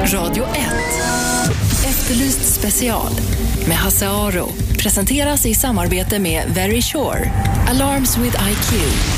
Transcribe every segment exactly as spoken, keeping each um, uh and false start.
Radio ett. Efterlyst special med Hasse Aro presenteras i samarbete med Very Sure. Alarms with I Q.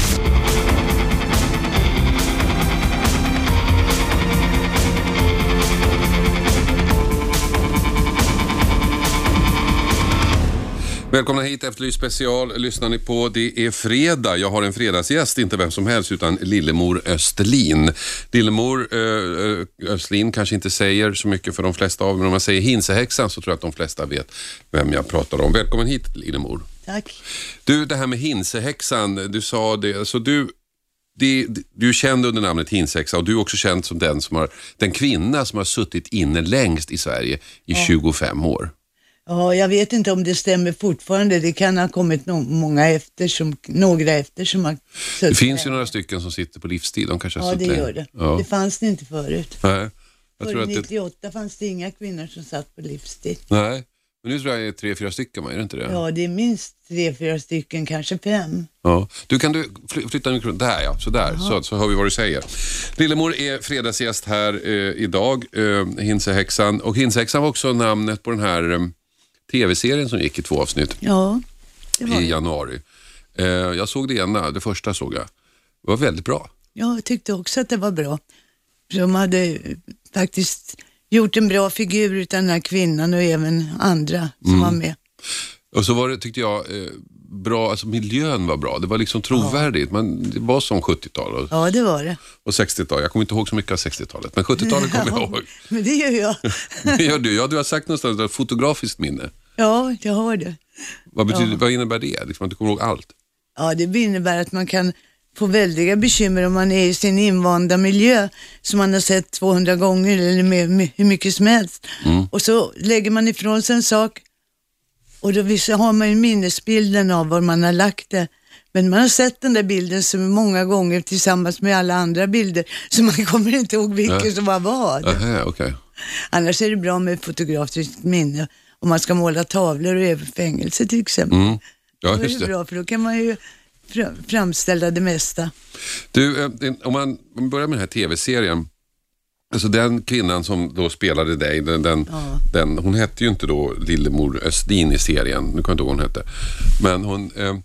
Välkomna hit, Efterlyst special. Lyssnar ni på, det är fredag. Jag har en fredagsgäst, inte vem som helst utan Lillemor Östlin. Lillemor äh, Östlin kanske inte säger så mycket för de flesta av, men om man säger Hinsehäxan så tror jag att de flesta vet vem jag pratar om. Välkommen hit, Lillemor. Tack. Du, det här med Hinsehäxan, du sa det, alltså du, det, du är känd under namnet Hinsehäxa och du är också känd som den som har, den kvinna som har suttit inne längst i Sverige i ja. tjugofem år. Ja, jag vet inte om det stämmer fortfarande. Det kan ha kommit no- många efter som, några efter som har suttit. Det finns ju några stycken som sitter på livstid. De kanske har ja, det suttit gör det. Ja. Det fanns det inte förut. Nej. Jag tror För att nittioåtta det... fanns det inga kvinnor som satt på livstid. Nej, men nu tror jag det är tre, fyra stycken, är det inte det? Ja, det är minst tre, fyra stycken, kanske fem. Ja. Du, kan du fly- flytta mikrofonen? Där, ja. Så där, så, så hör vi vad du säger. Lillemor är fredagsgäst här eh, idag, eh, Hinsehäxan. Och Hinsehäxan var också namnet på den här... Eh, tv-serien som gick i två avsnitt ja, det var i januari. Eh, jag såg det ena, det första såg jag. Det var väldigt bra. Ja, jag tyckte också att det var bra. De hade faktiskt gjort en bra figur utan den här kvinnan och även andra som mm. var med. Och så var det, tyckte jag, eh, bra, alltså miljön var bra. Det var liksom trovärdigt. Ja. Man, det var som sjuttiotal. Och, ja, det var det. Och sextiotal. Jag kommer inte ihåg så mycket av sextiotalet. Men sjuttiotalet kommer jag ihåg. Men det gör jag. Det gör du. Ja, du har sagt någonstans ett fotografiskt minne. Ja, jag har det. Vad, betyder, ja. vad innebär det? Liksom att du kommer ihåg allt? Ja, det innebär att man kan få väldiga bekymmer om man är i sin invanda miljö som man har sett tvåhundra gånger eller med, med hur mycket som helst. Mm. Och så lägger man ifrån sig en sak och då har man ju minnesbilden av var man har lagt det. Men man har sett den där bilden så många gånger tillsammans med alla andra bilder så man kommer inte ihåg vilken ja. som var vad. Aha, okay. Annars är det bra med fotografiskt minne om man ska måla tavlor över fängelse till exempel. Mm. Ja, just det. Då är det bra för då kan man ju framställa det mesta. Du, om man, om man börjar med den här tv-serien. Alltså den kvinnan som då spelade dig, den, den, ja. den, hon hette ju inte då Lillemor Östlin i serien, nu kan jag inte ihåg vad hon hette. Men hon, eh,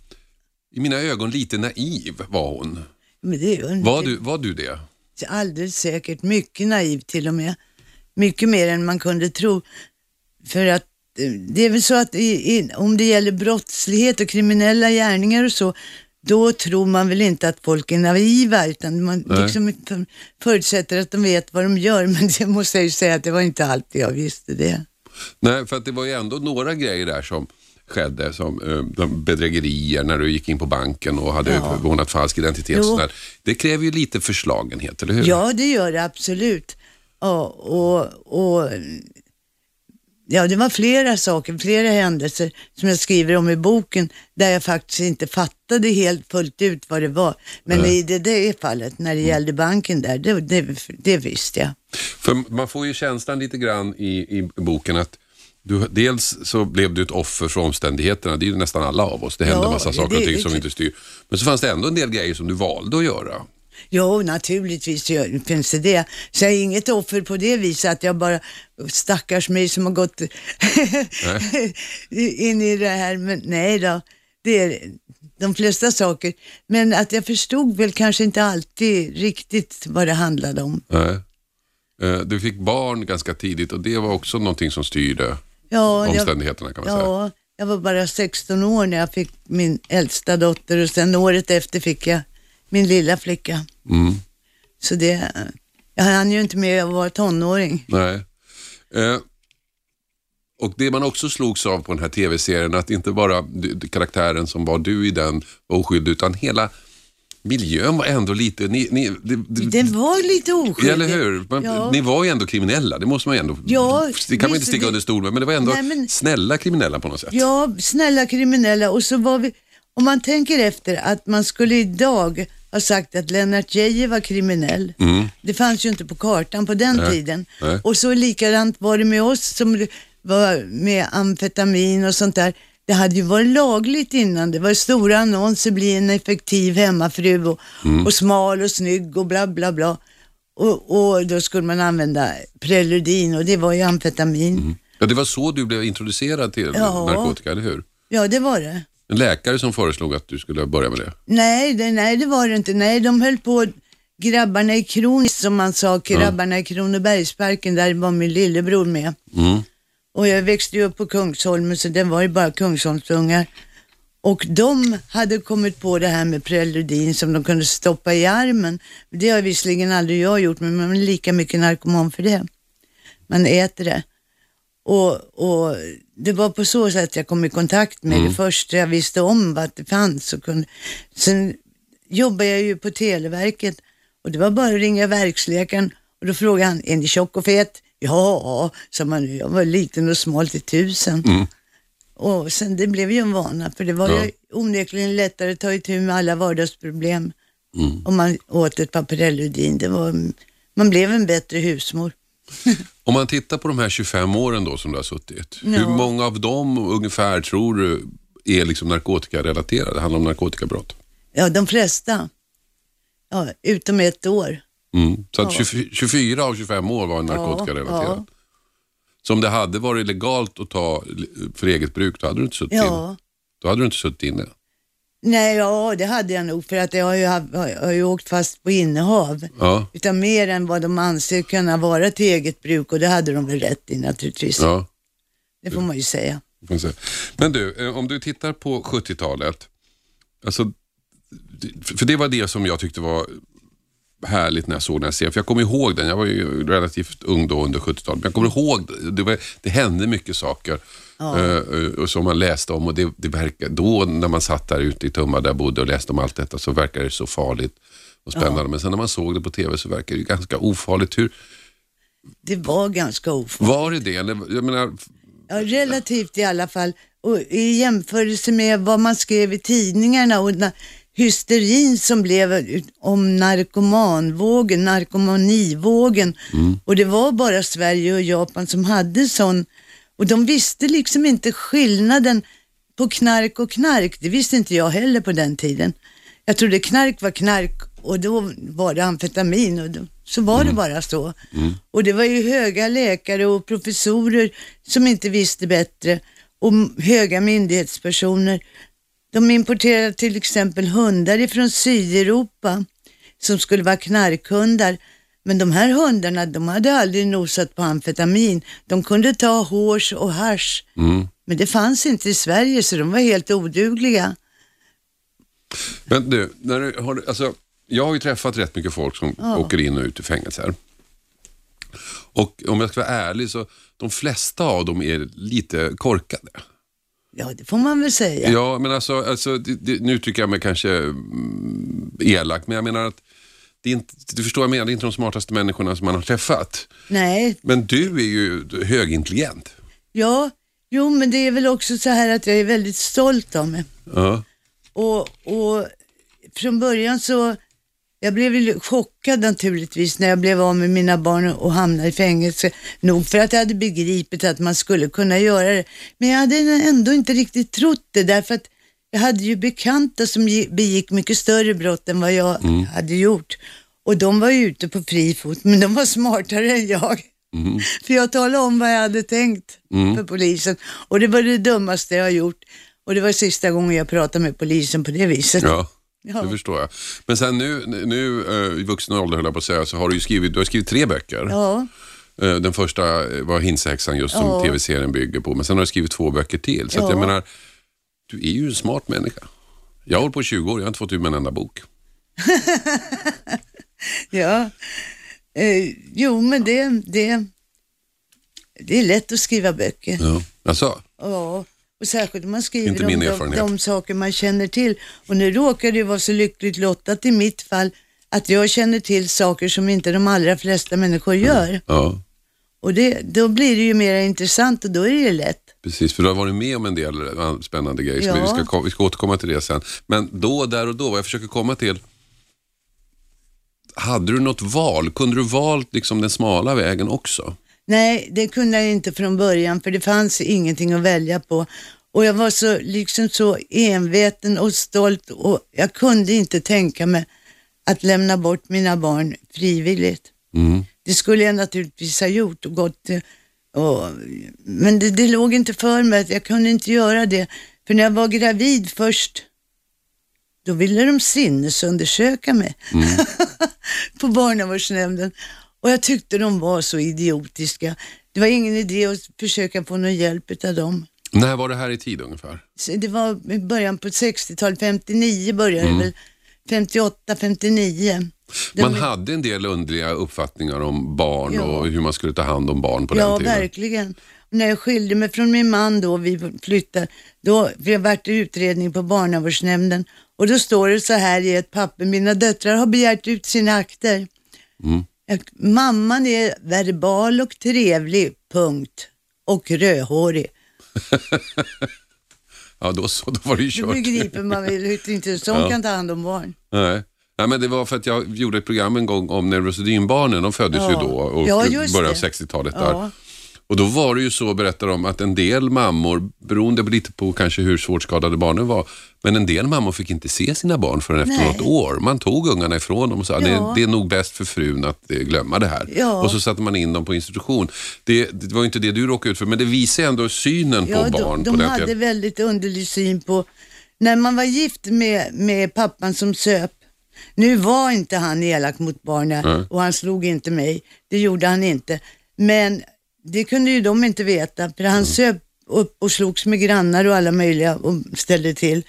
i mina ögon lite naiv var hon. Men det är ju var, du, var du det? Alldeles säkert, mycket naiv till och med. Mycket mer än man kunde tro. För att det är väl så att i, i, om det gäller brottslighet och kriminella gärningar och så, då tror man väl inte att folk är naiva utan man liksom förutsätter att de vet vad de gör, men det måste jag ju säga att det var inte alltid jag visste det. Nej, för att det var ju ändå några grejer där som skedde, som eh, bedrägerier när du gick in på banken och hade ja. ordnat falsk identitet. Det kräver ju lite förslagenhet, eller hur? Ja, det gör det absolut. Ja, och... och Ja, det var flera saker, flera händelser som jag skriver om i boken där jag faktiskt inte fattade helt fullt ut vad det var. Men mm. i det, det fallet, när det gällde banken där, det, det, det visste jag. För man får ju känslan lite grann i, i boken att du, dels så blev du ett offer för omständigheterna, det är ju nästan alla av oss, det hände ja, massa saker och ting som vi inte styr. Men så fanns det ändå en del grejer som du valde att göra. Jo, naturligtvis finns det det. Så jag är inget offer på det viset att jag bara stackars mig som har gått in i det här. Men nej då, det är de flesta saker. Men att jag förstod väl kanske inte alltid riktigt vad det handlade om. Nej. Du fick barn ganska tidigt och det var också någonting som styrde ja, omständigheterna kan man ja, säga. Ja, jag var bara sexton år när jag fick min äldsta dotter och sen året efter fick jag min lilla flicka. Mm. Så det, jag hann ju inte med att vara tonåring. Nej. Eh, och det man också slogs av på den här tv-serien, att inte bara du, karaktären som var du i den var oskyldig, utan hela miljön var ändå lite... Ni, ni, det, det, den var lite oskyldig. Eller hur? Man, ja. Ni var ju ändå kriminella, det måste man ju ändå... Ja, det kan man inte sticka det, under stol med, men det var ändå nej, men, snälla kriminella på något sätt. Ja, snälla kriminella. Och så var vi... Om man tänker efter att man skulle idag ha sagt att Lennart Geijer var kriminell. Mm. Det fanns ju inte på kartan på den nej, tiden. Nej. Och så likadant var det med oss som var med amfetamin och sånt där. Det hade ju varit lagligt innan. Det var stora annonser, bli en effektiv hemmafru och, mm. och smal och snygg och bla bla bla. Och, och då skulle man använda preludin och det var ju amfetamin. Mm. Ja, det var så du blev introducerad till ja. narkotika, eller hur? Ja, det var det. En läkare som föreslog att du skulle börja med det? Nej, det, nej, det var det inte. Nej, de höll på, grabbarna i Kronis som man sa, grabbarna ja. i Kronobergsparken, där var min lillebror med. Mm. Och jag växte ju upp på Kungsholmen, så det var ju bara Kungsholmsungar. Och de hade kommit på det här med preludin som de kunde stoppa i armen. Det har visserligen aldrig jag gjort, men man är lika mycket narkoman för det. Man äter det. Och, och det var på så sätt jag kom i kontakt med mm. det första. Jag visste om vad det fanns. Och kunde. Sen jobbade jag ju på Televerket och det var bara att ringa verksläkaren och då frågade han, är ni tjock och fet? Ja, sa man. Jag var liten och smal till tusen. Mm. Och sen det blev ju en vana, för det var ja. ju onekligen lättare att ta itu med alla vardagsproblem mm. om man åt ett par preludin. Det var, man blev en bättre husmor. Om man tittar på de här tjugofem åren då som du har suttit, ja. hur många av dem ungefär tror du är liksom narkotikarelaterade, det handlar om narkotikabrott? Ja, de flesta. Ja, utom ett år. Mm. Så att ja. tjugofyra av tjugofem år var narkotikarelaterade. Ja, ja. Så om det hade varit legalt att ta för eget bruk, då hade du inte suttit ja. inne. Då hade du inte suttit inne. Nej, ja, det hade jag nog, för att jag har ju, jag har ju åkt fast på innehav. Ja. Utan mer än vad de anser kunna vara till eget bruk, och det hade de väl rätt i naturligtvis. Ja. Det får man ju säga. Men du, om du tittar på sjuttiotalet, alltså, för det var det som jag tyckte var härligt när jag såg den här serien. För jag kommer ihåg den, jag var ju relativt ung då under sjuttiotalet. Men jag kommer ihåg, det, var, det hände mycket saker ja. uh, som man läste om. Och det, det verkar, då när man satt där ute i Tumba där jag bodde och läste om allt detta, så verkar det så farligt och spännande. Ja. Men sen när man såg det på tv så verkar det ganska ofarligt. Hur... Det var ganska ofarligt. Var det det? Jag menar... Ja, relativt i alla fall. Och i jämförelse med vad man skrev i tidningarna och na- hysterin som blev om narkomanvågen, narkomanivågen. Mm. Och det var bara Sverige och Japan som hade sån. Och de visste liksom inte skillnaden på knark och knark. Det visste inte jag heller på den tiden. Jag trodde knark var knark och då var det amfetamin och då, så var mm. det bara så. Mm. Och det var ju höga läkare och professorer som inte visste bättre och höga myndighetspersoner. De importerade till exempel hundar ifrån Sydeuropa som skulle vara knarkhundar. Men de här hundarna, de hade aldrig nosat på amfetamin. De kunde ta hårs och hasch. Mm. Men det fanns inte i Sverige, så de var helt odugliga. Men du, när du har, alltså, jag har ju träffat rätt mycket folk som ja. åker in och ut i fängelser. Och om jag ska vara ärlig, så de flesta av dem är lite korkade. Ja, det får man väl säga. Ja, men alltså, alltså det, det, nu tycker jag mig kanske mm, elak, men jag menar att det är inte, du förstår jag menar, det är inte de smartaste människorna som man har träffat. Nej. Men du är ju högintelligent. Ja, jo, men det är väl också så här att jag är väldigt stolt av mig. Ja. Och, och från början så, jag blev chockad naturligtvis när jag blev av med mina barn och hamnade i fängelse. Nog för att jag hade begripit att man skulle kunna göra det. Men jag hade ändå inte riktigt trott det, därför att jag hade ju bekanta som begick mycket större brott än vad jag mm. hade gjort. Och de var ju ute på fri fot, men de var smartare än jag. Mm. För jag talade om vad jag hade tänkt mm. för polisen. Och det var det dummaste jag har gjort. Och det var sista gången jag pratade med polisen på det viset. Ja, ja. Det förstår jag. Men sen nu, nu i vuxen ålder höll jag på att säga, så har du ju skrivit, du har skrivit tre böcker. Ja. Den första var Hinsexan just som ja. tv-serien bygger på. Men sen har du skrivit två böcker till. Så ja. att jag menar, du är ju en smart människa. Jag har hållit på tjugo år, jag har inte fått ut med en enda bok. Ja, eh, jo men det, det, det är lätt att skriva böcker. Ja, alltså. Ja, och särskilt om man skriver om de, de saker man känner till. Och nu råkar det vara så lyckligt lottat i mitt fall att jag känner till saker som inte de allra flesta människor gör. Mm. Ja. Och det, då blir det ju mer intressant och då är det lätt. Precis, för du har varit med om en del spännande grejer. Ja. Så vi, ska, vi ska återkomma till det sen. Men då, där och då, vad jag försöker komma till. Hade du något val? Kunde du valt liksom den smala vägen också? Nej, det kunde jag inte från början, för det fanns ingenting att välja på. Och jag var så, liksom så enveten och stolt och jag kunde inte tänka mig att lämna bort mina barn frivilligt. Mm. Det skulle jag naturligtvis ha gjort och gått, och, men det, det låg inte för mig att jag kunde inte göra det. För när jag var gravid först, då ville de sinnesundersöka mig Mm. på barnavårdsnämnden. Och jag tyckte de var så idiotiska. Det var ingen idé att försöka få någon hjälp av dem. När var det här i tid ungefär? Så det var i början på sextiotalet, femtionio började Mm. det väl, femtioåtta, femtionio. Det Man var- hade en del underliga uppfattningar om barn Ja. och hur man skulle ta hand om barn på Ja, den tiden. verkligen. När jag skilde mig från min man då, vi flyttade, då vi har varit i utredning på barnavårdsnämnden och då står det så här i ett papper: mina döttrar har begärt ut sina akter. Mm. Mamman är verbal och trevlig, punkt. Och rödhårig. Ja, då, så, då var det ju Då kört. begriper man väl hur inte som Ja. kan ta hand om barn. Nej. Nej, men det var för att jag gjorde ett program en gång om neurosedynbarnen. De föddes Ja. ju då och Ja, just början av det. sextiotalet där. Ja. Och då var det ju så, berättar de, att en del mammor, beroende lite på kanske hur svårt skadade barnen var, men en del mammor fick inte se sina barn förrän efter Nej. något år. Man tog ungarna ifrån dem och sa, Ja. det, det är nog bäst för frun att eh, glömma det här. Ja. Och så satte man in dem på institution. Det, det var ju inte det du råkade ut för, men det visar ändå synen Ja, på de, barn. de på den hade tiden. väldigt underlig syn på, när man var gift med, med pappan som söp. Nu var inte han elak mot barnen Nej. och han slog inte mig. Det gjorde han inte. Men det kunde ju de inte veta, för han söp upp och slogs med grannar och alla möjliga och ställde till.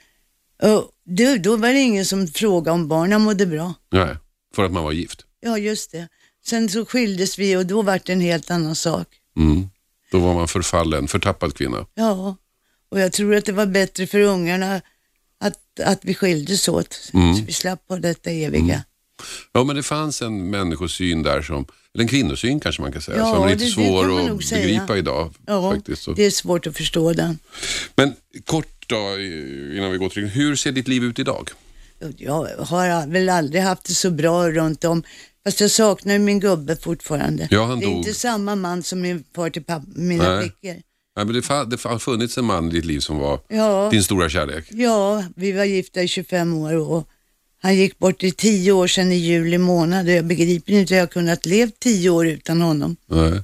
Och då, då var det ingen som frågade om barnen mådde bra. Nej, för att man var gift. Ja, just det. Sen så skildes vi och då var det en helt annan sak. Mm. Då var man förfallen, förtappad kvinna. Ja, och jag tror att det var bättre för ungarna att, att vi skildes åt. Mm. Så vi slapp på detta eviga. Ja, men det fanns en människosyn där som, eller en kvinnosyn kanske man kan säga, Ja, som är lite det- det svår kan man att nog säga. begripa idag. Ja, Faktiskt. Så. det är svårt att förstå den. Men kort då, innan vi går till, hur ser ditt liv ut idag? Jag har väl aldrig haft det så bra runt om. Fast jag saknar ju min gubbe fortfarande. Ja, han det är dog. inte samma man som min far till pappa, mina Nej. flickor. Nej, men det, fa- det har funnits en man i ditt liv som var Ja. din stora kärlek. Ja, vi var gifta i tjugofem år och han gick bort i tio år sedan i juli månad. Och jag begriper inte hur jag har kunnat leva tio år utan honom. Nej.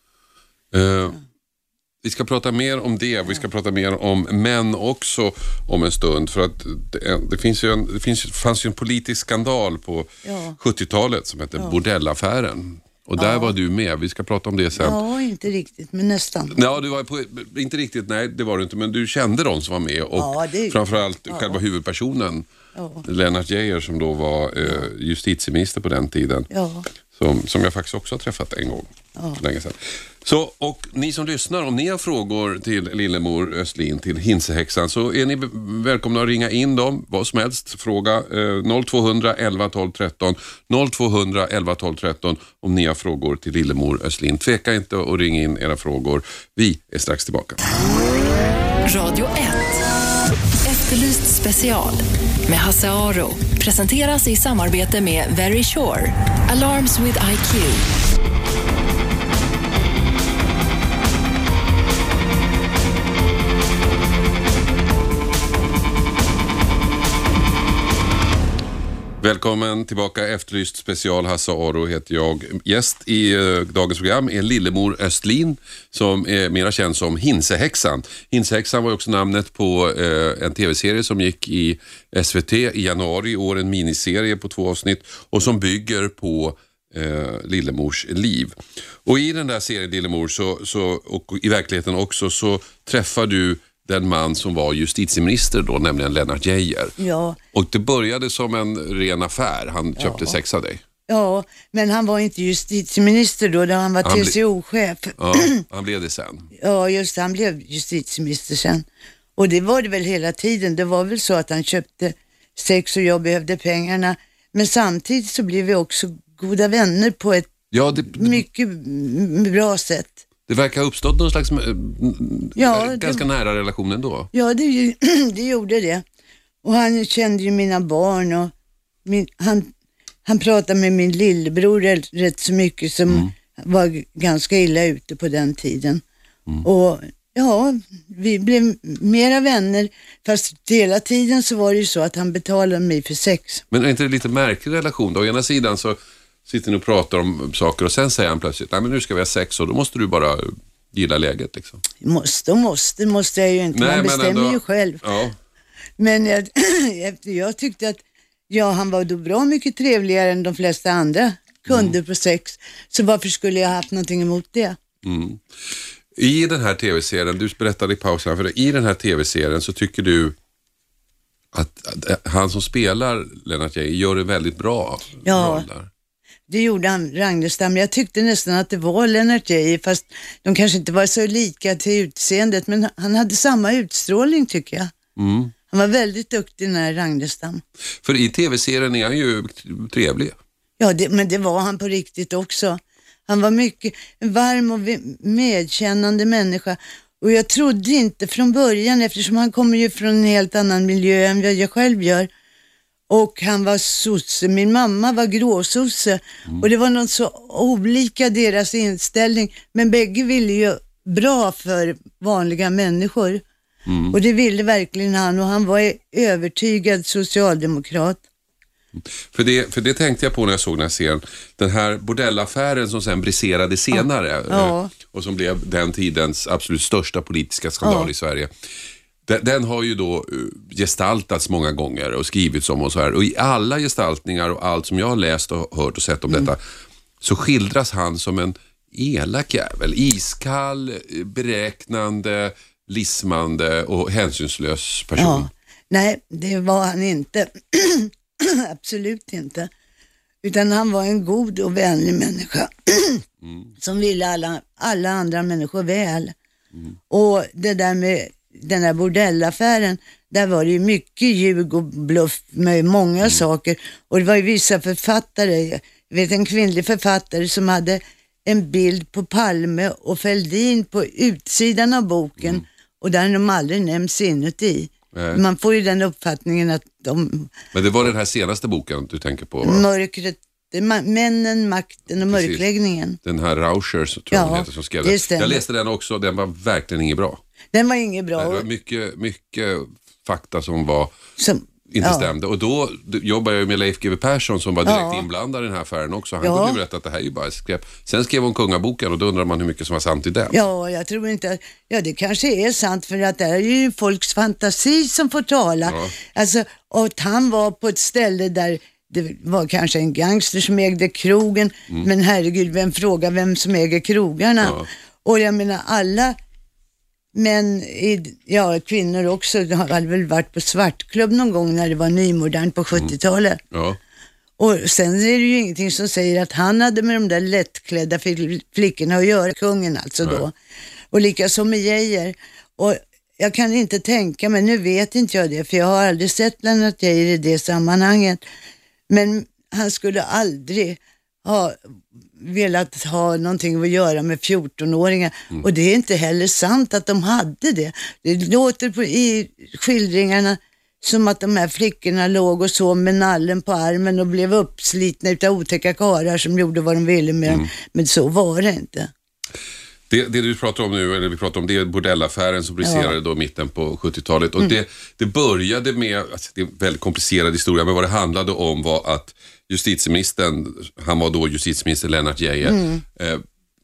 Eh, vi ska prata mer om det. Vi ska prata mer om män också om en stund. För att det, det, finns ju en, det finns, fanns ju en politisk skandal på Ja. sjuttiotalet som hette bordellaffären. Och där var du med. Vi ska prata om det sen. Ja, inte riktigt, men nästan. Ja, du var på, inte riktigt, nej det var du inte, men du kände de som var med och Ja, det- framförallt ja. själva huvudpersonen, Ja. Lennart Geijer, som då var eh, justitieminister på den tiden, Ja. som, som jag faktiskt också har träffat en gång för länge sedan. Så, och ni som lyssnar, om ni har frågor till Lillemor Östlin, till Hinsehäxan, så är ni b- välkomna att ringa in dem, vad som helst. Fråga eh, noll tvåhundra elva tolv tretton, noll tvåhundra elva tolv tretton om ni har frågor till Lillemor Östlin. Tveka inte att ringa in era frågor. Vi är strax tillbaka. Radio ett. Efterlyst special med Hasse Aro. Presenteras i samarbete med Very Sure. Alarms with I Q. Välkommen tillbaka, Efterlyst special. Hasse Aro heter jag. Gäst i eh, dagens program är Lillemor Östlin, som är mera känd som Hinsehäxan. Hinsehäxan var också namnet på eh, en tv-serie som gick i S V T i januari i år, en miniserie på två avsnitt och som bygger på eh, Lillemors liv. Och i den där serien Lillemor så, så, och i verkligheten också, så träffar du den man som var justitieminister då, nämligen Lennart Geijer. Ja. Och det började som en ren affär. Han köpte Ja. sex av dig. Ja, men han var inte justitieminister då, då han var Han bli- T C O-chef. Ja, han blev det sen. Ja, just det, han blev justitieminister sen. Och det var det väl hela tiden. Det var väl så att han köpte sex och jag behövde pengarna. Men samtidigt så blev vi också goda vänner på ett Ja, det, det, mycket m- bra sätt. det verkar ha uppstått någon slags äh, Ja, det- ganska nära relation ändå. Ja, det, ju- det gjorde det. Och han kände ju mina barn och min, han, han pratade med min lillebror rätt, rätt så mycket som Mm. var g- ganska illa ute på den tiden. Och ja, vi blev mera vänner, fast hela tiden så var det ju så att han betalade mig för sex. Men är inte det lite märklig relation då? Å ena sidan så, sitter ni och pratar om saker och sen säger han plötsligt, nej men nu ska vi ha sex och då måste du bara gilla läget liksom. Måste och måste, måste jag ju inte. Nej, man bestämmer ändå, ju själv. Ja. Men jag, jag tyckte att ja, han var då bra mycket trevligare än de flesta andra kunder mm. på sex. Så varför skulle jag ha haft någonting emot det? Mm. I den här tv-serien, du berättade i pausen, för i den här tv-serien så tycker du att, att han som spelar Lennart Geijer gör det väldigt bra. Ja, där. Det gjorde han, Ragnestam. Jag tyckte nästan att det var Lennart Geijer, fast de kanske inte var så lika till utseendet, men han hade samma utstrålning tycker jag. Mm. Han var väldigt duktig den här Ragnestam. För i tv-serien är han ju trevlig. Ja, det, men det var han på riktigt också. Han var mycket en varm och medkännande människa. Och jag trodde inte från början, eftersom han kommer ju från en helt annan miljö än vad jag själv gör. Och han var sosse, min mamma var gråsosse. Mm. Och det var något så olika deras inställning. Men bägge ville ju bra för vanliga människor. Mm. Och det ville verkligen han, och han var övertygad socialdemokrat. För det, för det tänkte jag på när jag såg den här serien. Den här bordellaffären som sen briserade senare ja. Ja. och som blev den tidens absolut största politiska skandal ja. i Sverige. Den, den har ju då gestaltats många gånger och skrivits om och så här. Och i alla gestaltningar och allt som jag har läst och hört och sett om mm. detta så skildras han som en elak jävel, iskall, beräknande, lismande och hänsynslös person. Ja. Nej, det var han inte. Absolut inte. Utan han var en god och vänlig människa mm. som ville alla, alla andra människor väl. Mm. Och det där med den här bordellaffären, där var det ju mycket ljug och bluff med många mm. saker. Och det var ju vissa författare, jag vet en kvinnlig författare som hade en bild på Palme och Fälldin på utsidan av boken mm. och där de aldrig nämns inuti. Nej. Man får ju den uppfattningen att de... Men det var den här senaste boken du tänker på, va? Mörkret, männen, makten och Precis. mörkläggningen. Den här Rauschers tror jag ja, heter, som skrev det. Jag läste den också, den var verkligen inget bra. Den var inget bra. Det var mycket, mycket fakta som var som, inte ja. stämde. Och då jobbade jag med Leif G W Persson som var direkt ja. inblandad i den här affären också. Han ja. kunde ju berätta att det här är ju bara skräp. Sen skrev hon Kungaboken och då undrar man hur mycket som var sant i den. Ja, jag tror inte... Ja, det kanske är sant för att det är ju folks fantasi som får tala. Ja. Alltså, och att han var på ett ställe där det var kanske en gangster som ägde krogen. Mm. Men herregud, vem frågar vem som äger krogarna? Ja. Och jag menar alla... Men ja, kvinnor också hade väl varit på svartklubb någon gång när det var nymodernt på sjuttiotalet. Mm. Ja. Och sen är det ju ingenting som säger att han hade med de där lättklädda flickorna att göra, kungen alltså då. Nej. Och likaså med Geijer. Och jag kan inte tänka mig, nu vet inte jag det, för jag har aldrig sett Lennart Geijer i det sammanhanget. Men han skulle aldrig ha velat ha någonting att göra med fjortonåringar. Mm. Och det är inte heller sant att de hade det. Det låter på, i skildringarna som att de här flickorna låg och så med nallen på armen och blev uppslitna utav otäcka karlar som gjorde vad de ville med mm. dem. Men så var det inte. Det, det du pratar om nu, eller vi pratar om, det är bordellaffären som briserade ja. då mitten på sjuttiotalet. Och mm. det, det började med, alltså det är en väldigt komplicerad historia, men vad det handlade om var att justitieministern, han var då justitieminister Lennart Geijer, mm. eh,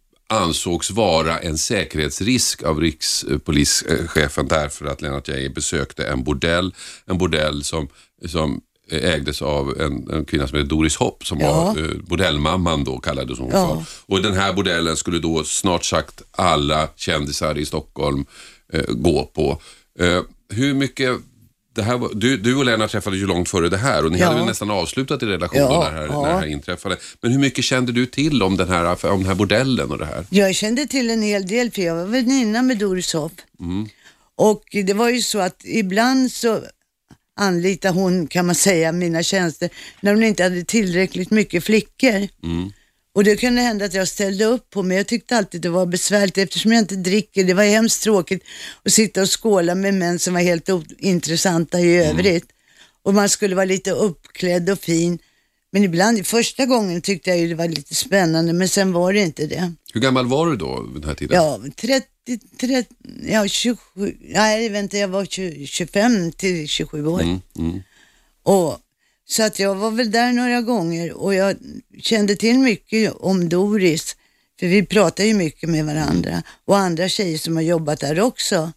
ansågs vara en säkerhetsrisk av rikspolischefen därför att Lennart Geijer besökte en bordell, en bordell som, som ägdes av en, en kvinna som heter Doris Hopp som ja. var eh, bordellmamman då kallades hon ja. för. Och den här bordellen skulle då snart sagt alla kändisar i Stockholm eh, gå på. Eh, hur mycket det här var, du, du och Lennart träffade ju långt före det här och ni ja. hade väl nästan avslutat i relationen ja. när, det här, ja. när det här inträffade. Men hur mycket kände du till om den här, om den här bordellen och det här? Jag kände till en hel del för jag var väninna med Doris Hopp. Mm. Och det var ju så att ibland så anlitade hon, kan man säga, mina tjänster när hon inte hade tillräckligt mycket flickor. Mm. Och det kunde hända att jag ställde upp på, men jag tyckte alltid det var besvärligt eftersom jag inte dricker. Det var hemskt tråkigt att sitta och skåla med män som var helt ointressanta i övrigt. Mm. Och man skulle vara lite uppklädd och fin. Men ibland, första gången tyckte jag ju det var lite spännande, men sen var det inte det. Hur gammal var du då den här tiden? Ja, trettio, trettio, ja tjugosju, nej vänta, jag var tjugo, tjugofem till tjugosju år. Mm, mm. Och Så att jag var väl där några gånger och jag kände till mycket om Doris. För vi pratar ju mycket med varandra. Och andra tjejer som har jobbat där också.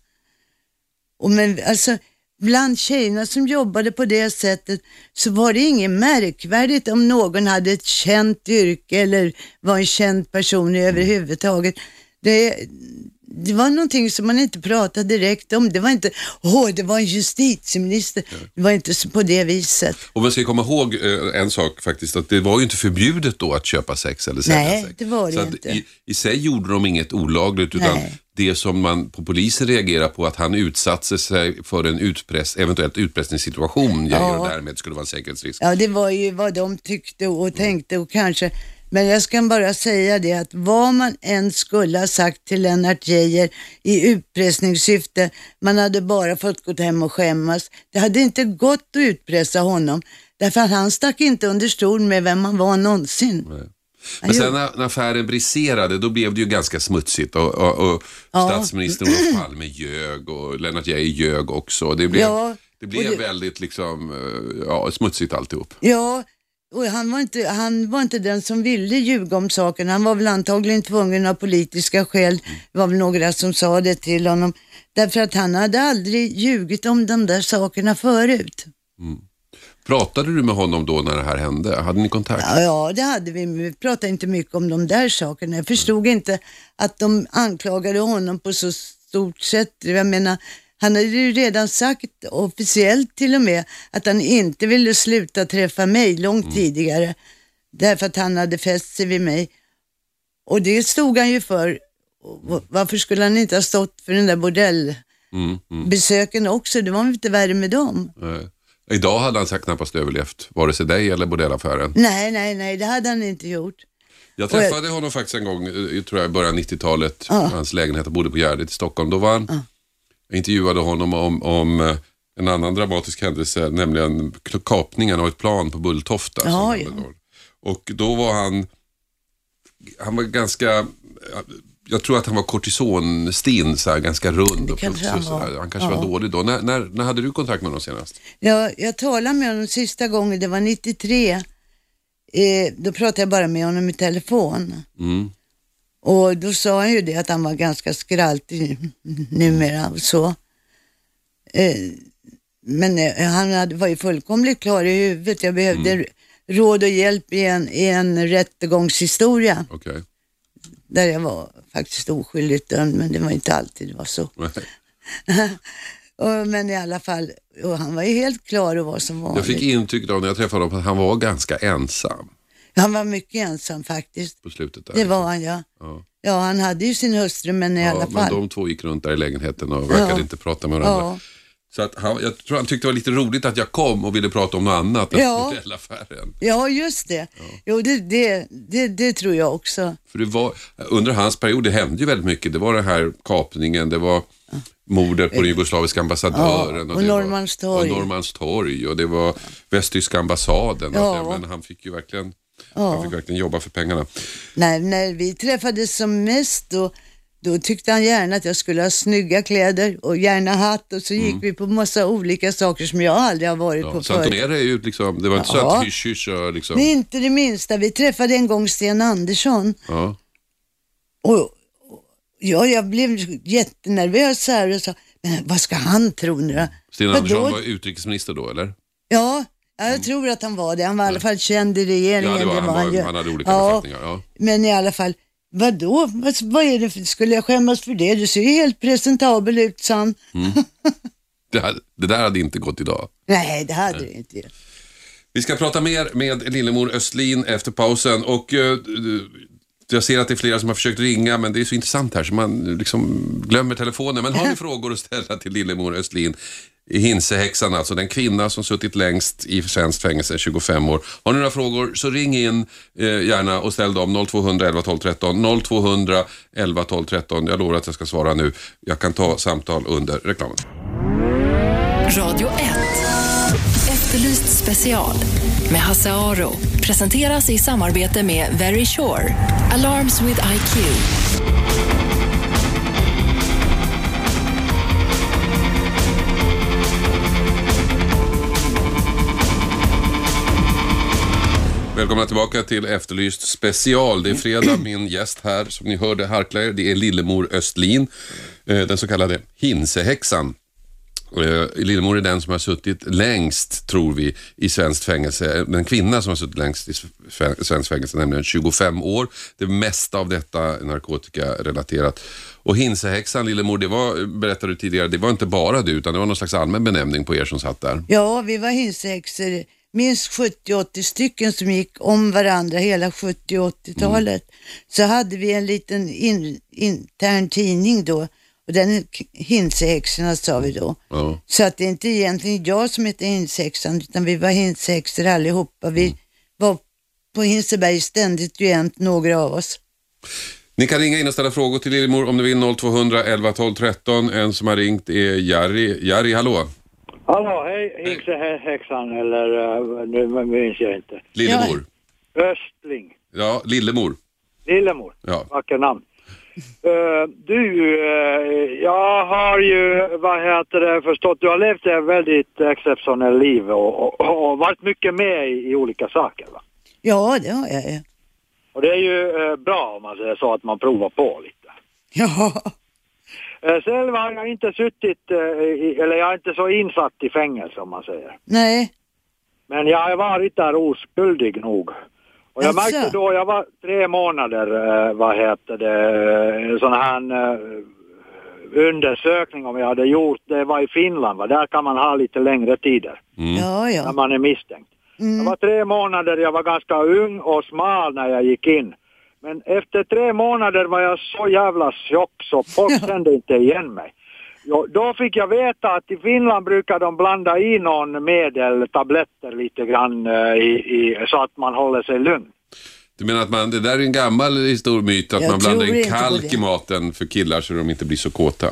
Och men alltså, bland tjejerna som jobbade på det sättet så var det inget märkvärdigt om någon hade ett känt yrke eller var en känd person överhuvudtaget. Det, det var någonting som man inte pratade direkt om. Det var inte, åh, det var en justitieminister. Det var inte på det viset. Och man ska komma ihåg en sak faktiskt, att det var ju inte förbjudet då att köpa sex eller sälja Nej, sex. det var det så inte. I, I sig gjorde de inget olagligt, utan Nej. det som man på polisen reagerar på, att han utsatte sig för en utpress, eventuellt utpressningssituation, ja. och därmed skulle vara en säkerhetsrisk. Ja, det var ju vad de tyckte och tänkte och kanske... Men jag ska bara säga det att vad man än skulle ha sagt till Lennart Geijer i utpressningssyfte, man hade bara fått gå hem och skämmas. Det hade inte gått att utpressa honom, därför att han stack inte under stol med vem man var någonsin. Nej. Men sen när, när affären briserade, då blev det ju ganska smutsigt och, och, och ja. statsministern Olof Palme ljög och Lennart Geijer ljög också. Det blev, ja, det blev det, väldigt liksom, ja, smutsigt alltihop. Ja, och han var, inte, han var inte den som ville ljuga om saken. Han var väl antagligen tvungen av politiska skäl. Det var väl några som sa det till honom. Därför att han hade aldrig ljugit om de där sakerna förut. Mm. Pratade du med honom då när det här hände? Hade ni kontakt? Ja, ja, det hade vi. Vi pratade inte mycket om de där sakerna. Jag förstod mm. inte att de anklagade honom på så stort sätt. Jag menar, han hade ju redan sagt officiellt till och med att han inte ville sluta träffa mig långt mm. tidigare. Därför att han hade fäst sig vid mig. Och det stod han ju för. Varför skulle han inte ha stått för den där bordellbesöken mm. mm. också? Det var inte värre med dem. Nej. Idag hade han sagt knappast överlevt, vare sig dig eller bordellaffären. Nej, nej, nej, det hade han inte gjort. Jag träffade jag... honom faktiskt en gång, jag tror jag i början nittiotalet, ja. hans lägenhet, bodde på Gärdet i Stockholm. Då var han, ja. jag intervjuade honom om, om en annan dramatisk händelse, nämligen kapningen av ett plan på Bulltofta. Ja, ja. Och då var han, han var ganska... Jag tror att han var kortisonstinn, så här, ganska rund och putsig. Han, var. han kanske ja. var dålig då. När, när, när hade du kontakt med honom senast? Ja, jag talade med honom sista gången, det var nittiotre. Eh, då pratade jag bara med honom i telefon. Mm. Och då sa han ju det att han var ganska skraltig numera och så. Eh, men eh, han hade, var ju fullkomligt klar i huvudet. Jag behövde mm. råd och hjälp i en, i en rättegångshistoria. Okej. Okay. Där jag var faktiskt oskyldigt dömd, men det var inte alltid det var så. och, men i alla fall, och han var ju helt klar över vad som var. Jag fick intryck av när jag träffade honom att han var ganska ensam. Han var mycket ensam faktiskt. På slutet där. Det var han, ja. Ja, ja han hade ju sin hustru, men i ja, alla men fall. de två gick runt där i lägenheten och verkade ja. inte prata med varandra. Ja. Så att han, jag tror han tyckte det var lite roligt att jag kom och ville prata om något annat ja. än affären. Ja, just det. Ja. Jo, det, det, det, det tror jag också. För det var, under hans period, det hände ju väldigt mycket. Det var den här kapningen, det var ja. mordet på den jugoslaviska ambassadören. Ja, och, och Norrmalmstorg. Och Norrmalmstorg. Och det var ja. västtyska ambassaden. Ja. Men han fick ju verkligen, ja. han fick verkligen jobba för pengarna. Nej, när vi träffades som mest då... Då tyckte han gärna att jag skulle ha snygga kläder och gärna hatt, och så gick mm. vi på massa olika saker som jag aldrig har varit ja, på förut. Santonera är ju liksom, det var inte ja. så att hysch, hysch och liksom... Det är inte det minsta. Vi träffade en gång Sten Andersson. Ja. Och, och ja, jag blev jättenervös här och sa, men vad ska han tro nu då? Sten Andersson då? Var utrikesminister då, eller? Ja, jag mm. tror att han var det. Han var i alla fall känd i regeringen. Ja, det var, det han, var var, han, han hade olika ja, befattningar. Ja. Men i alla fall, vadå? Vad, vad är det för, skulle jag skämmas för det? Du ser ju helt presentabel ut, Sam. Mm. Det, hade, det där hade inte gått idag. Nej, det hade det inte. Vi ska prata mer med Lillemor Östlin efter pausen. Och uh, jag ser att det är flera som har försökt ringa, men det är så intressant här så man liksom glömmer telefonen. Men har ni frågor att ställa till Lillemor Östlin, Hinsehäxan, alltså den kvinna som suttit längst i svenskt fängelse tjugofem år. Har ni några frågor så ring in eh, gärna och ställ dem noll två hundra elva tolv tretton noll två hundra elva tolv tretton. Jag lovar att jag ska svara nu. Jag kan ta samtal under reklamen. Radio ett. Efterlyst special med Hasse Aro presenteras i samarbete med Very Sure. Alarms with I Q. Välkomna tillbaka till Efterlyst special. Det är fredag, min gäst här som ni hörde harkla er, det är Lillemor Östlin, den så kallade Hinsehäxan. Lillemor är den som har suttit längst, tror vi, i svenskt fängelse. Den kvinna som har suttit längst i svenskt fängelse, nämligen tjugofem år. Det mesta av detta narkotikarelaterat. Och Hinsehäxan, Lillemor, det var, berättade du tidigare, det var inte bara du, utan det var någon slags allmän benämning på er som satt där. Ja, vi var hinsehäxor. Minst sjuttio åttio stycken som gick om varandra hela sjuttio åttiotalet. Mm. Så hade vi en liten in, intern tidning då. Och den hinsehäxorna sa vi då. Ja. Så att det är inte egentligen jag som heter hinsehäxan, utan vi var hinsehäxor allihopa. Vi mm. var på Hinseberg ständigt jämt, några av oss. Ni kan ringa in och ställa frågor till Lillemor om du vill. Noll tvåhundra elva tolv tretton. En som har ringt är Jari. Jari, hallå? Hallå, hej, Hinsehäxan eller uh, nu minns jag inte. Lillemor. Östling. Ja, Lillemor. Lillemor, ja. Vacker namn. Uh, du, uh, jag har ju, vad heter det, förstått, du har levt ett väldigt exceptionellt liv och, och, och varit mycket med i, i olika saker, va? Ja, det har jag ju. Och det är ju uh, bra om man säger så, att man provar på lite. Ja. Uh, själv har jag inte suttit, uh, i, eller jag är inte så insatt i fängelse om man säger. Nej. Men jag har varit där oskyldig nog. Och jag märkte då, jag var tre månader, eh, vad heter det, sån här eh, undersökning om jag hade gjort, det var i Finland, va? Där kan man ha lite längre tider. Mm. Ja, ja. När man är misstänkt. Mm. Jag var tre månader, jag var ganska ung och smal när jag gick in. Men efter tre månader var jag så jävla tjock så folk kände inte igen mig. Jo, då fick jag veta att i Finland brukar de blanda i någon medel, tabletter lite grann uh, i, i, så att man håller sig lugn. Du menar att man, det där är en gammal stor myt att jag man blandar in kalk i maten för killar så de inte blir så kåta?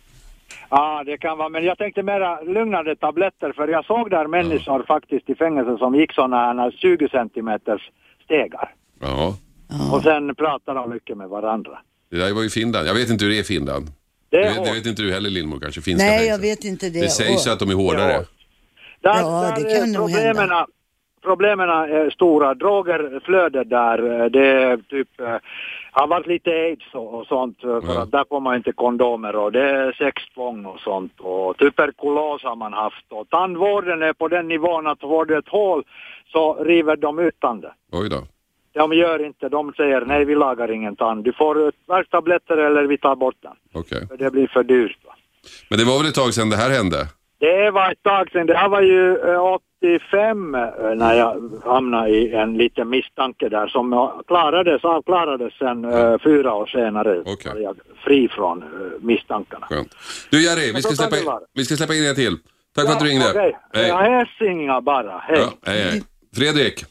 Ja, det kan vara, men jag tänkte mera lugnande tabletter, för jag såg där människor ja. faktiskt i fängelse som gick sådana här tjugo centimeters stegar. Ja. Och sen pratade de mycket med varandra. Det där var ju Finland, jag vet inte hur det är i Finland. Det, det, vet, det vet inte du heller, Lillemor, kanske finska Nej, fängelse. jag vet inte det. Det sägs och... att de är hårdare. Ja, där, ja där det kan nog hända. Problemen är stora. Drogerflödet där, det är typ, har varit lite aids och, och sånt. För ja. att där får man inte kondomer och det är sextvång och sånt. Och tuberkulos har man haft. Och tandvården är på den nivån att får du ett hål så river de utan det. Oj då. De gör inte, de säger nej, vi lagar ingen tand. Du får värktabletter eller vi tar bort den. Okej. Okay. För det blir för dyrt, va? Men det var väl ett tag sedan det här hände? Det var ett tag sedan. Det här var ju åttiofem när jag hamnade i en liten misstanke där som klarades, avklarades sen ja. fyra år senare. Okay. Var jag fri från misstankarna. Skönt. Du Jari, vi ska, släppa in, vi ska släppa in er till. Tack ja, för att du ringde. Okay. Hej. Jag hälsningar bara. Hej. Ja, hej, hej. Fredrik.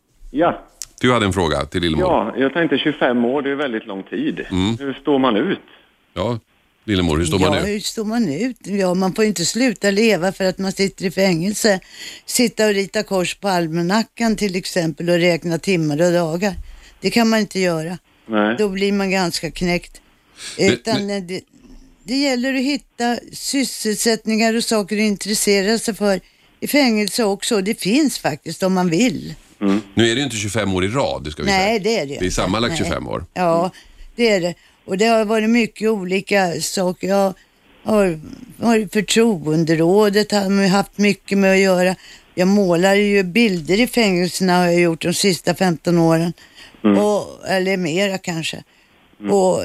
Ja. Du hade en fråga till Lillemor. Ja, jag tänkte tjugofem år, det är väldigt lång tid. Mm. Hur står man ut? Ja, Lillemor, hur står man ja, ut? Ja, hur står man ut? Ja, man får inte sluta leva för att man sitter i fängelse. Sitta och rita kors på almanackan till exempel och räkna timmar och dagar. Det kan man inte göra. Nej. Då blir man ganska knäckt. Utan det, det, det gäller att hitta sysselsättningar och saker att intressera sig för i fängelse också. Det finns faktiskt om man vill. Mm. Nu är det ju inte tjugofem år i rad, det ska vi Nej, säga. det är det. Det är sammanlagt tjugofem år. Ja, det är det. Och det har varit mycket olika saker. Jag har varit förtroenderådet, har haft mycket med att göra. Jag målar ju bilder i fängelserna har jag gjort de sista femton åren. Mm. Och, eller mera kanske. Mm. Och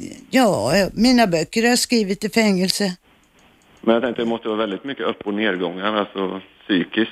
ja, mina böcker har jag skrivit i fängelse. Men jag tänkte det måste vara väldigt mycket upp- och nedgångar, alltså psykiskt.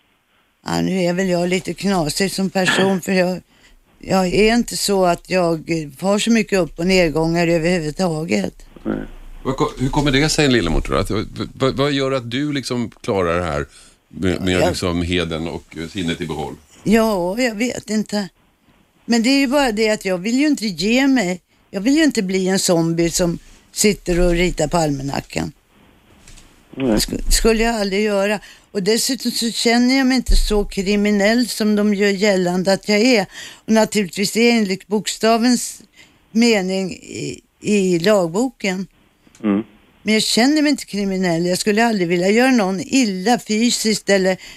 Ja, nu är väl jag lite knasig som person för jag, jag är inte så att jag har så mycket upp- och nedgångar överhuvudtaget. Nej. Hur kommer det sig, Lillemor, tror du? Vad, vad gör att du liksom klarar det här med, med jag, liksom heden och sinnet i behåll? Ja, jag vet inte. Men det är ju bara det att jag vill ju inte ge mig. Jag vill ju inte bli en zombie som sitter och ritar på almanackan. Sk- skulle jag aldrig göra. Och dessutom så känner jag mig inte så kriminell som de gör gällande att jag är. Och naturligtvis är enligt bokstavens mening i, i lagboken. Mm. Men jag känner mig inte kriminell. Jag skulle aldrig vilja göra någon illa fysiskt eller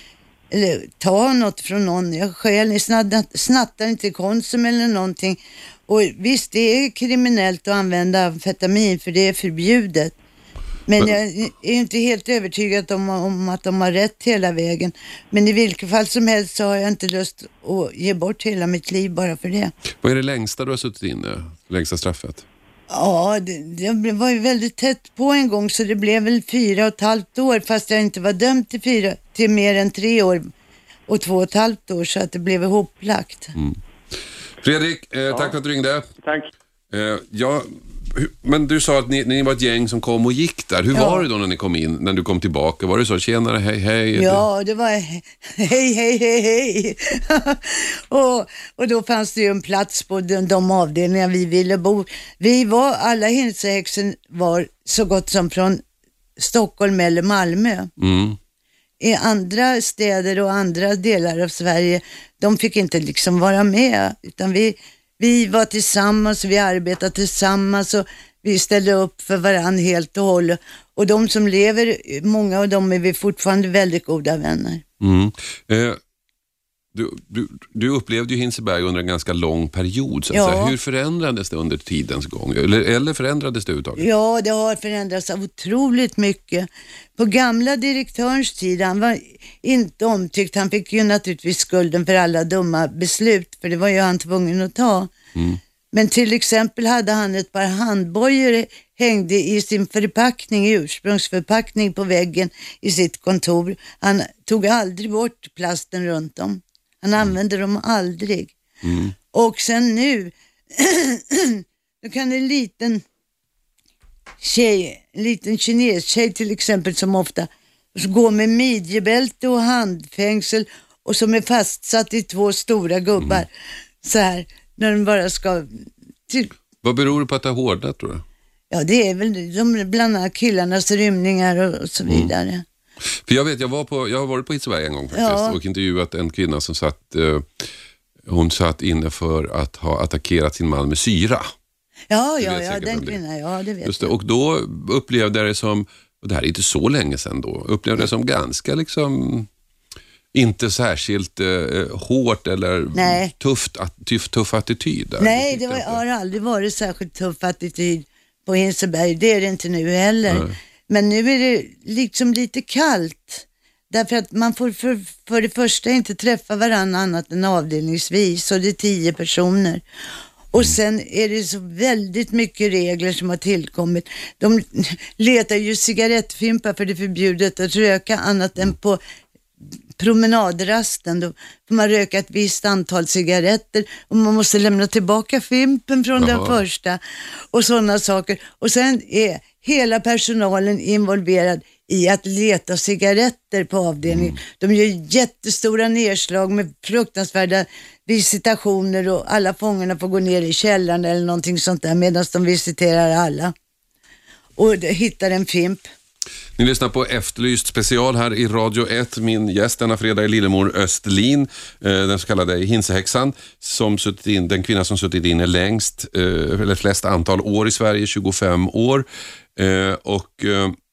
eller ta något från någon. Jag själv snattar, snattar inte Konsum eller någonting. Och visst, det är kriminellt att använda amfetamin för det är förbjudet. Men, Men jag är inte helt övertygad om, om att de har rätt hela vägen. Men i vilket fall som helst så har jag inte lust att ge bort hela mitt liv bara för det. Vad är det längsta du har suttit inne? Längsta straffet? Ja, det, det var ju väldigt tätt på en gång så det blev väl fyra och ett halvt år fast jag inte var dömd till, fyra, till mer än tre år och två och ett halvt år så att det blev ihoplagt. Mm. Fredrik, eh, Ja. tack för att du ringde. Tack. Eh, ja, men du sa att ni, ni var ett gäng som kom och gick där. Hur Ja. var det då när ni kom in, när du kom tillbaka? Var det så, tjenare, hej, hej? Ja, det var hej, hej, hej, hej. och, och då fanns det ju en plats på de, de avdelningar vi ville bo. Vi var, alla hinsehäxen var så gott som från Stockholm eller Malmö. Mm. I andra städer och andra delar av Sverige, de fick inte liksom vara med, utan vi, vi var tillsammans, vi arbetade tillsammans och vi ställde upp för varandra helt och hållet. Och de som lever, många av dem är vi fortfarande väldigt goda vänner. Mm. Eh, du, du, du upplevde ju Hinseberg under en ganska lång period. Så att Ja. säga. Hur förändrades det under tidens gång? Eller, eller förändrades det överhuvudtaget? Ja, det har förändrats otroligt mycket. På gamla direktörens tid, han var inte omtyckt. Han fick ju naturligtvis skulden för alla dumma beslut, för det var ju han tvungen att ta. Mm. Men till exempel hade han ett par handbojor hängde i sin förpackning, ursprungsförpackning på väggen i sitt kontor. Han tog aldrig bort plasten runt om. Han använde dem aldrig. Mm. Och sen nu, då kan en liten tjej, en liten kinestjej till exempel som ofta går med midjebälte och handfängsel och som är fastsatt i två stora gubbar. Mm. Så här, när de bara ska... Till... Vad beror det på att det har hårdnat, tror du? Ja, det är väl de, bland annat killarnas rymningar och, och så vidare. Mm. För jag vet, jag, var på, jag har varit på Hinseberg en gång faktiskt Ja. och intervjuat en kvinna som satt, eh, hon satt inne för att ha attackerat sin man med syra. Ja, Du ja, vet ja, säkert den vem det är. kvinnan, ja, det vet Just det. jag. Och då upplevde jag det som, och det här är inte så länge sedan då, upplevde det som ganska liksom, inte särskilt eh, hårt eller Nej. tufft, att, tuff, tuff attityd där. Nej, tyckte det var, jag inte. har aldrig varit särskilt tuff attityd på Hinseberg. Det är det inte nu heller. Nej. Men nu är det liksom lite kallt. Därför att man får för, för det första inte träffa varandra annat än avdelningsvis. Och det är tio personer. Och sen är det så väldigt mycket regler som har tillkommit. De letar ju cigarettfimpar för det är förbjudet att röka annat än på promenadrasten. Då får man röka ett visst antal cigaretter och man måste lämna tillbaka fimpen från Jaha. den första och sådana saker. Och sen är hela personalen involverad i att leta cigaretter på avdelningen. Mm. De gör jättestora nedslag med fruktansvärda visitationer och alla fångarna får gå ner i källaren eller någonting sånt där medan de visiterar alla. Och hittar en fimp. Ni lyssnar på Efterlyst special här i Radio ett. Min gäst denna fredag är Lillemor Östlin, den så kallade hinsehäxan, som suttit in, den kvinna som suttit inne längst, eller flest antal år i Sverige, tjugofem år. Och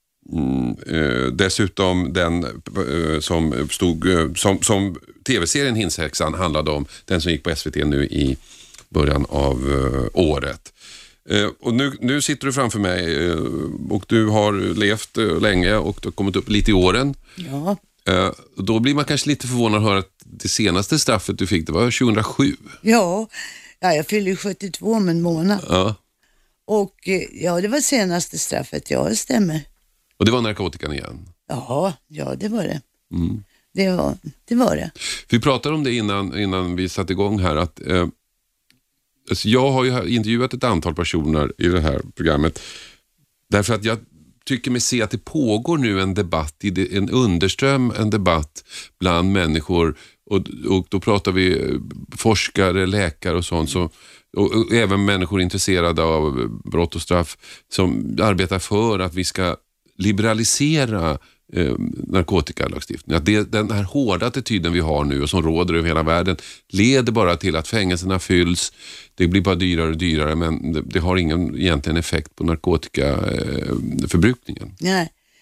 dessutom den som stod, som, som tv-serien Hinsehäxan handlade om, den som gick på S V T nu i början av året. Uh, och nu, nu sitter du framför mig uh, och du har levt uh, länge och du har kommit upp lite i åren. Ja. Uh, då blir man kanske lite förvånad att höra att det senaste straffet du fick, det var tjugohundrasju. Ja, ja jag fyller sjuttiotvå om en månad. Ja. Och ja, det var senaste straffet, ja det stämmer. Och det var narkotikan igen. Ja, ja det var det. Mm. Det var det. Var det. Vi pratade om det innan, innan vi satte igång här att uh, alltså jag har ju intervjuat ett antal personer i det här programmet därför att jag tycker mig se att det pågår nu en debatt, en underström, en debatt bland människor och, och då pratar vi forskare, läkare och sånt så, och, och även människor intresserade av brott och straff som arbetar för att vi ska liberalisera eh, narkotikalagstiftningen. Att det, den här hårda attityden vi har nu och som råder över hela världen leder bara till att fängelserna fylls. Det blir bara dyrare och dyrare men det, det har ingen egentligen effekt på narkotikaförbrukningen. Nej.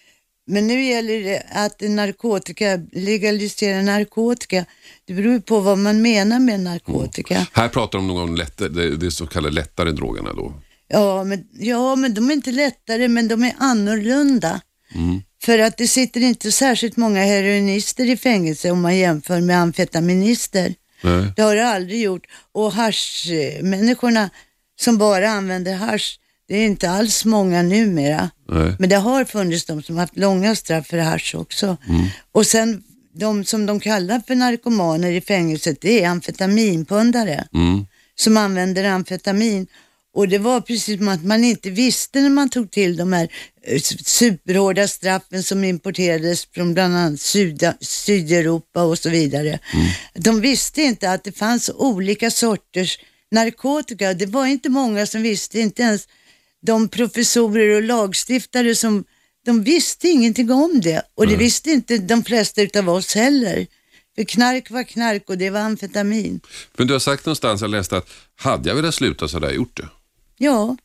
Men nu gäller det att narkotika, legalisera narkotika. Det beror på vad man menar med narkotika. Mm. Här pratar de om lättare, det, det så kallade lättare drogerna då. Ja men, ja, men de är inte lättare, men de är annorlunda. Mm. För att det sitter inte särskilt många heroinister i fängelse om man jämför med amfetaminister. Nej. Det har det aldrig gjort. Och haschmänniskorna som bara använder hasch, det är inte alls många numera. Nej. Men det har funnits de som har haft långa straff för hasch också. Mm. Och sen de som de kallar för narkomaner i fängelset, det är amfetaminpundare. Mm. Som använder amfetamin. Och det var precis som att man inte visste när man tog till de här superhårda straffen som importerades från bland annat Syda, Sydeuropa och så vidare. Mm. De visste inte att det fanns olika sorters narkotika. Det var inte många som visste, inte ens de professorer och lagstiftare som, de visste ingenting om det. Och mm. det visste inte de flesta utav oss heller. För knark var knark och det var amfetamin. Men du har sagt någonstans, jag läste att hade jag velat sluta så hade jag gjort det. Ja.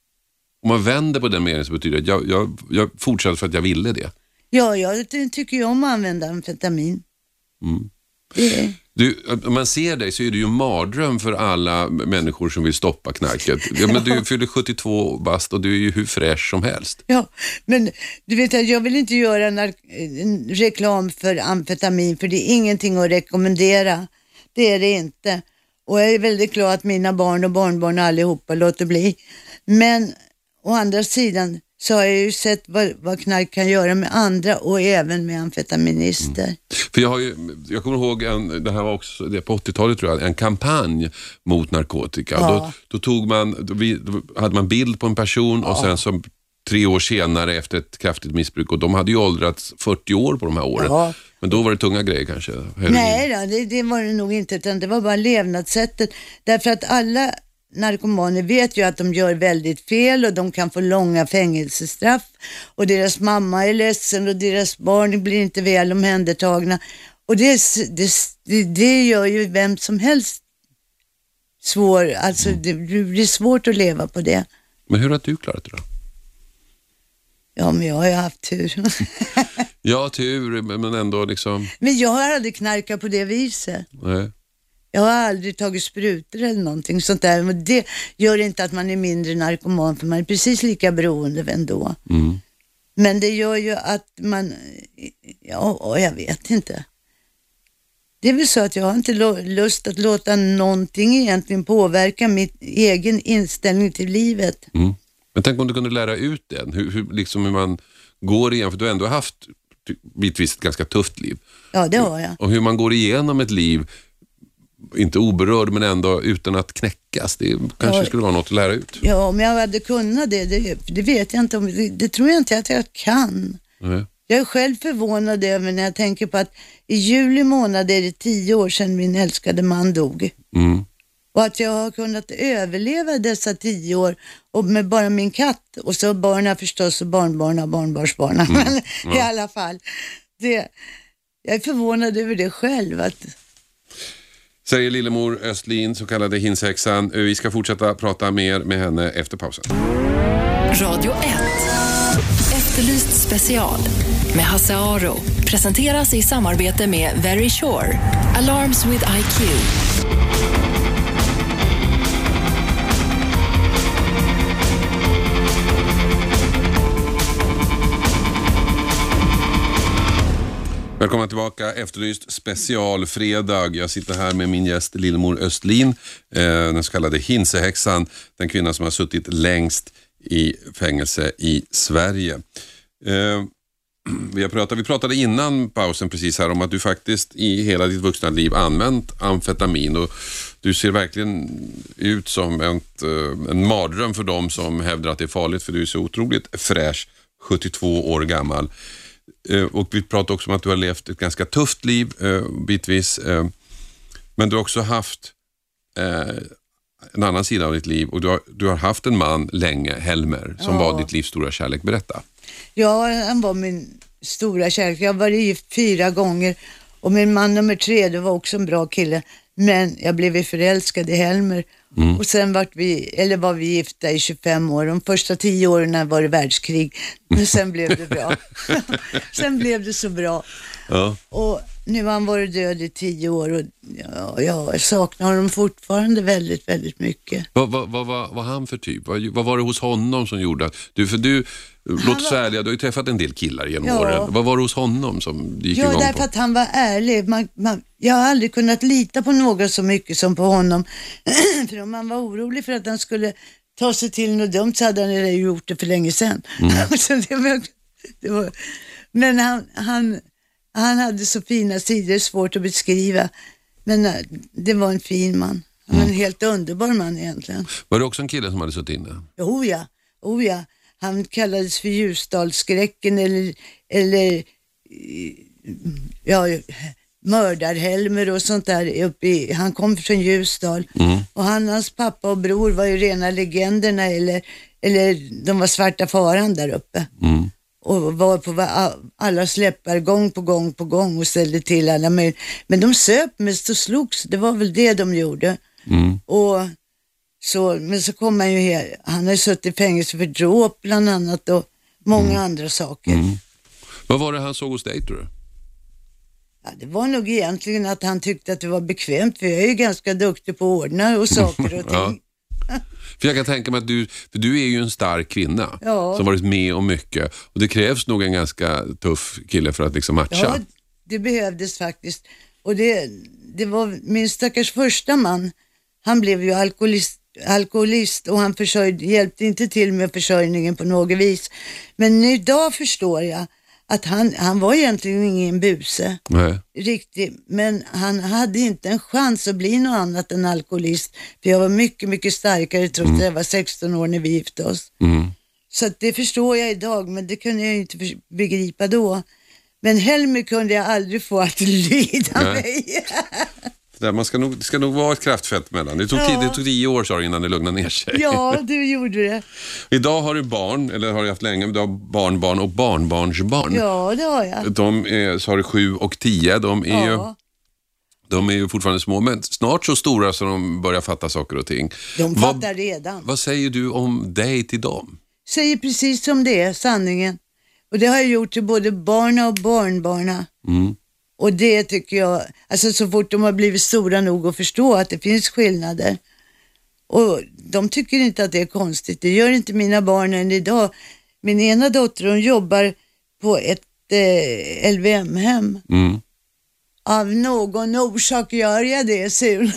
Om man vänder på den meningen så betyder det att jag, jag, jag fortsatte för att jag ville det. Ja, jag tycker ju om att använda amfetamin. Mm. Det. Du, om man ser dig så är du ju en mardröm för alla människor som vill stoppa knarket. Ja, men du fyller sjuttiotvå bast och du är ju hur fräsch som helst. Ja, men du vet att jag vill inte göra en reklam för amfetamin, för det är ingenting att rekommendera. Det är det inte. Och jag är väldigt glad att mina barn och barnbarn allihopa låter bli. Men å andra sidan så har jag ju sett vad, vad knark kan göra med andra och även med amfetaminister. Mm. För jag har ju, jag kommer ihåg, en, det här var också det på åttiotalet tror jag, en kampanj mot narkotika. Ja. Då, då tog man, då, vi, då hade man bild på en person ja. och sen som tre år senare efter ett kraftigt missbruk, och de hade ju åldrats fyrtio år på de här åren. Ja. Men då var det tunga grejer kanske? Heroin. Nej då, det, det var det nog inte, utan det var bara levnadssättet. Därför att alla narkomaner vet ju att de gör väldigt fel och de kan få långa fängelsestraff och deras mamma är ledsen och deras barn blir inte väl omhändertagna. Och det, det, det gör ju vem som helst svår, alltså det blir svårt att leva på det. Men hur har du klarat det då? Ja, men jag har ju haft tur. Ja, tur, men ändå liksom... Men jag har aldrig knarkat på det viset. Nej. Jag har aldrig tagit sprutor eller någonting sånt där. Men det gör inte att man är mindre narkoman, för man är precis lika beroende ändå. Mm. Men det gör ju att man... Ja, jag vet inte. Det är väl så att jag har inte lust att låta någonting egentligen påverka min egen inställning till livet. Mm. Men tänk om du kunde lära ut den. Hur, hur, liksom hur man går igen, för du har ändå haft bitvis ett ganska tufft liv. Ja, det har jag. Och hur man går igenom ett liv, inte oberörd men ändå utan att knäckas. Det kanske ja, skulle vara något att lära ut. Ja, om jag hade kunnat det, det, det vet jag inte om, det, det tror jag inte att jag kan. Mm. Jag är själv förvånad över när jag tänker på att i juli månad är det tio år sedan min älskade man dog. Mm. Och att jag har kunnat överleva dessa tio år och med bara min katt och så barnen förstås och barnbarn och barnbarnsbarnen. Mm. Men ja. i alla fall, det, jag är förvånad över det själv. Att... Säger Lillemor Östlin, så kallade hinshäxan. Vi ska fortsätta prata mer med henne efter pausen. Radio ett. Efterlyst special med Hasse Aro. Presenteras i samarbete med Very Sure. Alarms with I Q. Välkomna tillbaka, Efterlyst specialfredag. Jag sitter här med min gäst Lillemor Östlin, eh, den så kallade hinsehäxan, den kvinna som har suttit längst i fängelse i Sverige. Eh, vi, har pratat, vi pratade innan pausen precis här om att du faktiskt i hela ditt vuxna liv använt amfetamin, och du ser verkligen ut som ett, en mardröm för dem som hävdar att det är farligt, för du är så otroligt fräsch, sjuttiotvå år gammal. Och vi pratade också om att du har levt ett ganska tufft liv bitvis, men du har också haft en annan sida av ditt liv, och du har, du har haft en man länge, Helmer, som ja. var ditt livs stora kärlek. Berätta. Ja, han var min stora kärlek. Jag var gift fyra gånger och min man nummer tre, det var också en bra kille, men jag blev förälskad i Helmer Mm. Och sen var vi, eller var vi gifta i tjugofem år. De första tio åren var det världskrig. Men sen blev det bra. Sen blev det så bra. Ja. Och nu har han varit död i tio år. Och ja, jag saknar honom fortfarande väldigt, väldigt mycket. Vad, vad, vad, vad var han för typ? Vad, vad var det hos honom som gjorde att... Du, för du, låt oss ärliga, du har ju träffat en del killar genom ja. åren. Vad var det hos honom som gick ja, igång på? Ja, därför att han var ärlig. Man, man, jag har aldrig kunnat lita på någon så mycket som på honom. För om man var orolig för att han skulle ta sig till något dumt så hade han ju gjort det för länge sedan. Mm. så det var, det var, men han, han, han hade så fina sidor, svårt att beskriva. Men det var en fin man. Han var en helt underbar man egentligen. Var det också en kille som hade suttit inne? Oh ja, oh ja. Han kallades för Ljusdalsskräcken eller, eller ja, mördarhelmer och sånt där uppe i, han kom från Ljusdal. Mm. Och han, hans pappa och bror var ju rena legenderna eller, eller de var svarta faran där uppe. Mm. Och var på alla släppar gång på gång på gång och ställde till alla möjliga. Men de söp mest och slogs, det var väl det de gjorde. Mm. Och så, men så kom han ju här, han har suttit i fängelse för dråp bland annat och många mm. andra saker. Mm. Vad var det han såg hos dig tror du? Ja, det var nog egentligen att han tyckte att det var bekvämt, för jag är ju ganska duktig på att ordna och saker och ting. Ja. För jag kan tänka mig att du, för du är ju en stark kvinna ja. som varit med om mycket. Och det krävs nog en ganska tuff kille för att liksom matcha. Ja, det behövdes faktiskt. Och det, det var min stackars första man. Han blev ju alkoholist, alkoholist och han försörjde, hjälpte inte till med försörjningen på något vis. Men idag förstår jag att han, han var egentligen ingen buse. Nej. Riktigt, men han hade inte en chans att bli något annat än alkoholist. För jag var mycket, mycket starkare trots mm. att jag var sexton år när vi gifte oss. Mm. Så att det förstår jag idag, men det kunde jag inte begripa då. Men Helmer kunde jag aldrig få att lyda Nej. mig. Där man ska nog, det ska nog vara ett kraftfält mellan. Det tog, ja. tid, det tog tio år så innan det lugnade ner sig. Ja, du gjorde det. Idag har du barn, eller har du haft länge, men du har barnbarn och barnbarnsbarn. Ja, det har jag. De är, så har du sju och tio. De är, ja. ju, de är ju fortfarande små, men snart så stora så de börjar fatta saker och ting. De fattar vad, redan. Vad säger du om dig till dem? Säger precis som det är, sanningen. Och det har jag gjort till både barna och barnbarna. Mm. Och det tycker jag, alltså så fort de har blivit stora nog att förstå att det finns skillnader. Och de tycker inte att det är konstigt. Det gör inte mina barn än idag. Min ena dotter, hon jobbar på ett eh, L V M-hem. Mm. Av någon orsak gör jag det, säger hon.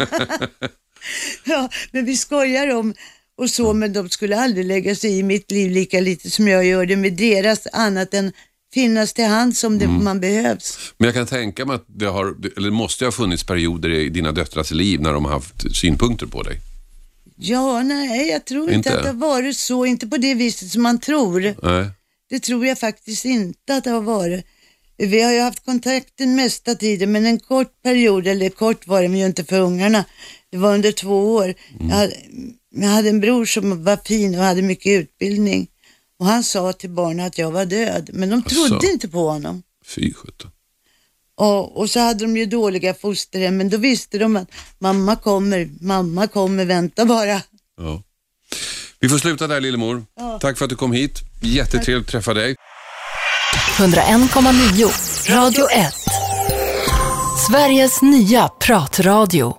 Ja, men vi skojar om och så, men de skulle aldrig lägga sig i mitt liv lika lite som jag gör det med deras, annat än finnas till hand som det mm. man behövs. Men jag kan tänka mig att det har, eller måste ha funnits perioder i dina döttrars liv när de har haft synpunkter på dig. Ja, nej, jag tror inte, inte att det har varit så, inte på det viset som man tror. Nej. Det tror jag faktiskt inte att det har varit. Vi har ju haft kontakt den mesta tiden, men en kort period, eller kort var det ju inte för ungarna. Det var under två år. Mm. Jag, hade, jag hade en bror som var fin och hade mycket utbildning. Och han sa till barnen att jag var död. Men de trodde alltså, inte på honom. Fy sjutton. Och, och så hade de ju dåliga fosterhem. Men då visste de att mamma kommer, mamma kommer, vänta bara. Ja. Vi får sluta där, Lillemor. Ja. Tack för att du kom hit. Jättetrevligt att träffa dig. hundraen komma nio Radio ett. Sveriges nya pratradio.